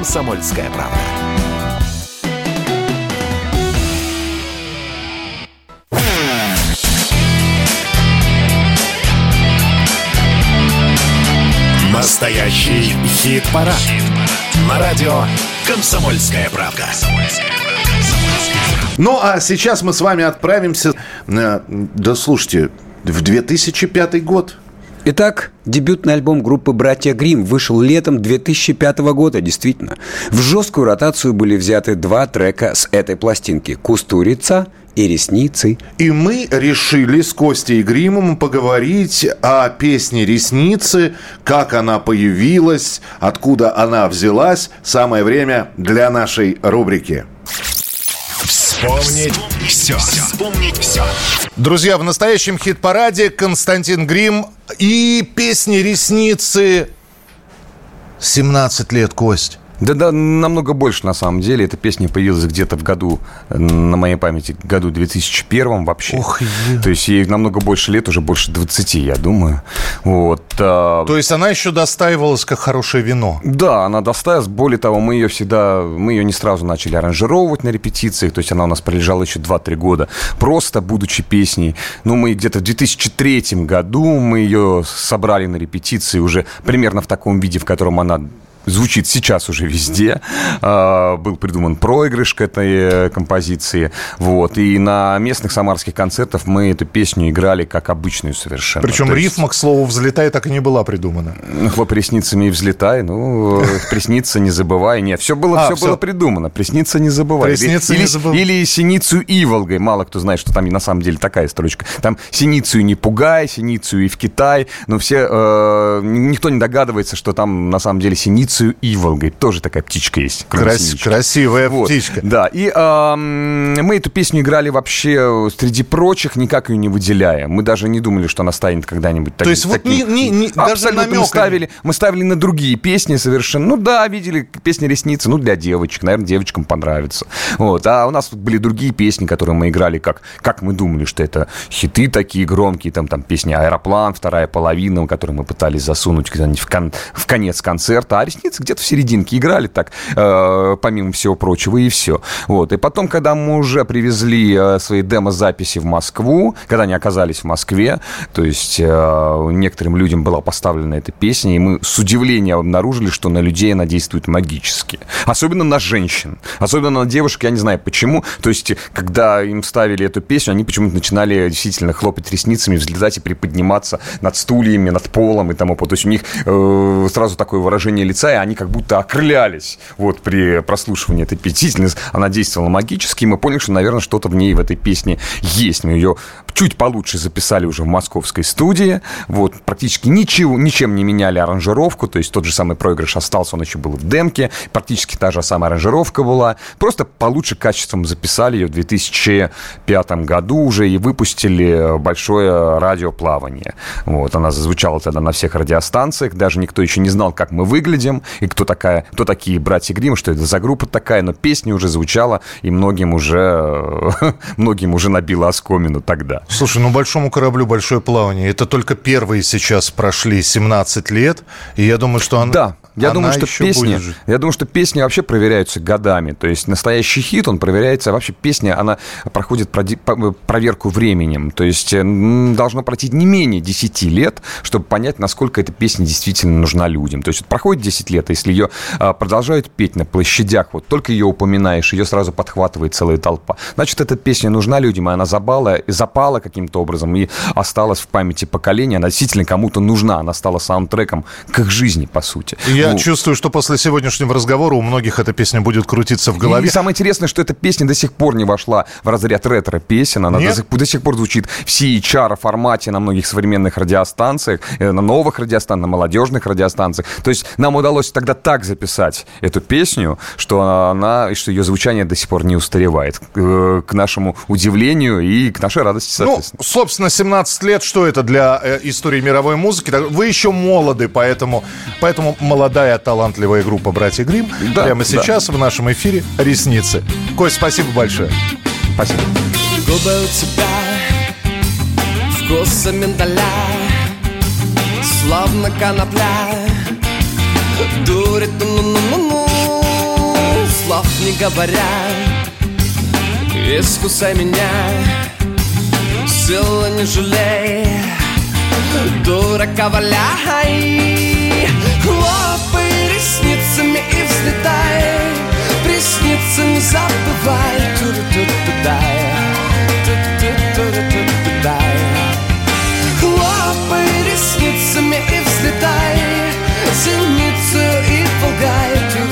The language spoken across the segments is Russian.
«Комсомольская правда». Настоящий хит-парад. На радио «Комсомольская правда». Ну, а сейчас мы с вами отправимся, да слушайте, в 2005 год. Итак, дебютный альбом группы «Братья Гримм» вышел летом 2005 года, действительно. В жесткую ротацию были взяты 2 трека с этой пластинки «Кустурица» и «Ресницы». И мы решили с Костей Гриммом поговорить о песне «Ресницы», как она появилась, откуда она взялась. Самое время для нашей рубрики. Вспомнить все. Вспомнить все. Друзья, в настоящем хит-параде Константин Гримм и песни «Ресницы». 17 лет, Кость. Да, намного больше, на самом деле. Эта песня появилась где-то в году, на моей памяти, году 2001 вообще. Ох, То есть ей намного больше лет, уже больше 20, я думаю. Вот. То есть она еще достаивалась как хорошее вино? Да, она достаивалась. Более того, мы ее не сразу начали аранжировать на репетициях. То есть она у нас пролежала еще 2-3 года. Просто будучи песней. Ну, мы где-то в 2003 году мы ее собрали на репетиции уже примерно в таком виде, в котором она звучит сейчас уже везде. Был придуман проигрыш к этой композиции. Вот. И на местных самарских концертах мы эту песню играли как обычную совершенно. Причем рифма, к слову, «взлетай» так и не была придумана. Хлопай ресницами и взлетай. Присниться не забывай. Нет, все было придумано. Присниться не забывай. Или синицу иволгой. Мало кто знает, что там на самом деле такая строчка. Там синицу не пугай, синицу и в Китай. Но никто не догадывается, что там на самом деле синицу иволгой. Тоже такая птичка есть. Красивая птичка. Да, и мы эту песню играли вообще среди прочих, никак ее не выделяя. Мы даже не думали, что она станет когда-нибудь таким. То есть вот даже намека. Мы ставили на другие песни совершенно. Ну да, видели песни «Ресницы», для девочек. Наверное, девочкам понравится. Вот. А у нас были другие песни, которые мы играли, как мы думали, что это хиты такие громкие. Там песня «Аэроплан», «Вторая половина», которую мы пытались засунуть куда-нибудь в конец концерта. А «Ресницы» где-то в серединке играли так, помимо всего прочего, и все. Вот. И потом, когда мы уже привезли свои демо-записи в Москву, когда они оказались в Москве, то есть некоторым людям была поставлена эта песня, и мы с удивлением обнаружили, что на людей она действует магически. Особенно на женщин. Особенно на девушек, я не знаю почему. То есть, когда им ставили эту песню, они почему-то начинали действительно хлопать ресницами, взлетать и приподниматься над стульями, над полом и тому подобное. То есть, у них сразу такое выражение лица, и они как будто окрылялись при прослушивании этой песни. Действительно, она действовала магически, и мы поняли, что, наверное, что-то в ней, в этой песне есть. Мы ее чуть получше записали уже в московской студии. Вот, практически ничем не меняли аранжировку, то есть тот же самый проигрыш остался, он еще был в демке, практически та же самая аранжировка была. Просто получше качеством записали ее в 2005 году уже и выпустили большое радиоплавание. Вот, она зазвучала тогда на всех радиостанциях, даже никто еще не знал, как мы выглядим, и кто такие «Братья Гримм», что это за группа такая, но песня уже звучала, и многим уже набило оскомину тогда. Слушай, «Большому кораблю большое плавание» — это только первые сейчас прошли 17 лет, и я думаю, что она... Да. Я думаю, что песни вообще проверяются годами. То есть настоящий хит, он проверяется. Вообще песня, она проходит проверку временем. То есть должно пройти не менее 10 лет, чтобы понять, насколько эта песня действительно нужна людям. То есть проходит 10 лет, если ее продолжают петь на площадях, только ее упоминаешь, ее сразу подхватывает целая толпа. Значит, эта песня нужна людям, и она запала каким-то образом и осталась в памяти поколения. Она действительно кому-то нужна. Она стала саундтреком к их жизни, по сути. Я чувствую, что после сегодняшнего разговора у многих эта песня будет крутиться в голове. И самое интересное, что эта песня до сих пор не вошла в разряд ретро-песен. Она до сих пор звучит в CHR-формате на многих современных радиостанциях, на новых радиостанциях, на молодежных радиостанциях. То есть нам удалось тогда так записать эту песню, что ее звучание до сих пор не устаревает. К нашему удивлению и к нашей радости, соответственно. Собственно, 17 лет, что это для истории мировой музыки? Вы еще молоды, поэтому молодая талантливая группа «Братья Гримм» прямо сейчас в нашем эфире «Ресницы». Кость, спасибо большое. Спасибо. Губы у тебя вкуса миндаля, словно конопля, дурит, ну-ну-ну-ну. не говоря, искусай меня, силы не жалей, дурака валяй. Хлопай ресницами и взлетай, приснится не забывай. Хлопай ресницами и взлетай, зеницу и полгай.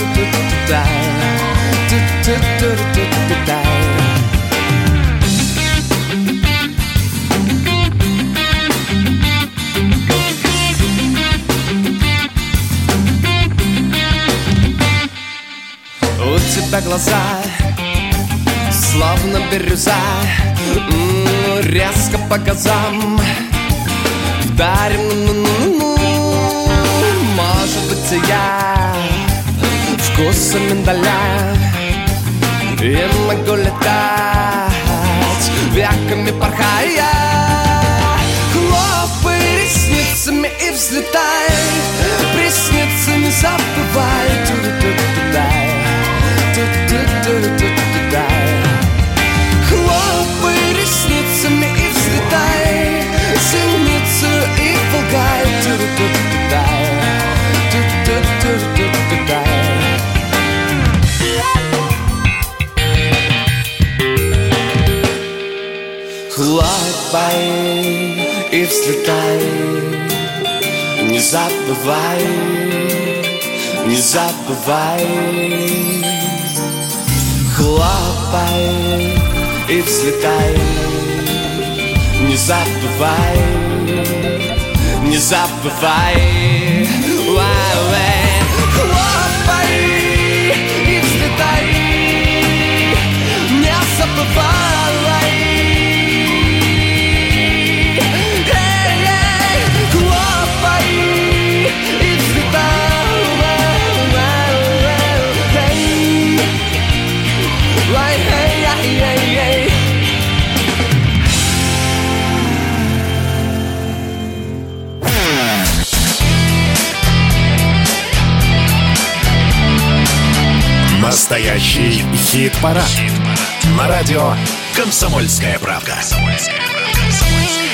У тебя глаза словно бирюза, резко по газам вдарим, может быть, я вкуса миндаля и могу летать, веками порхая. Хлопай ресницами и взлетай, приснится не забывай. Хлопай ресницами и взлетай, зеницу и полгай. Хлопай и взлетай, не забывай, не забывай. Хлопай и взлетай, не забывай, не забывай. Хлопай и взлетай, не забывай. Хлопай и взлетай. Настоящий хит-парад. На радио «Комсомольская правда».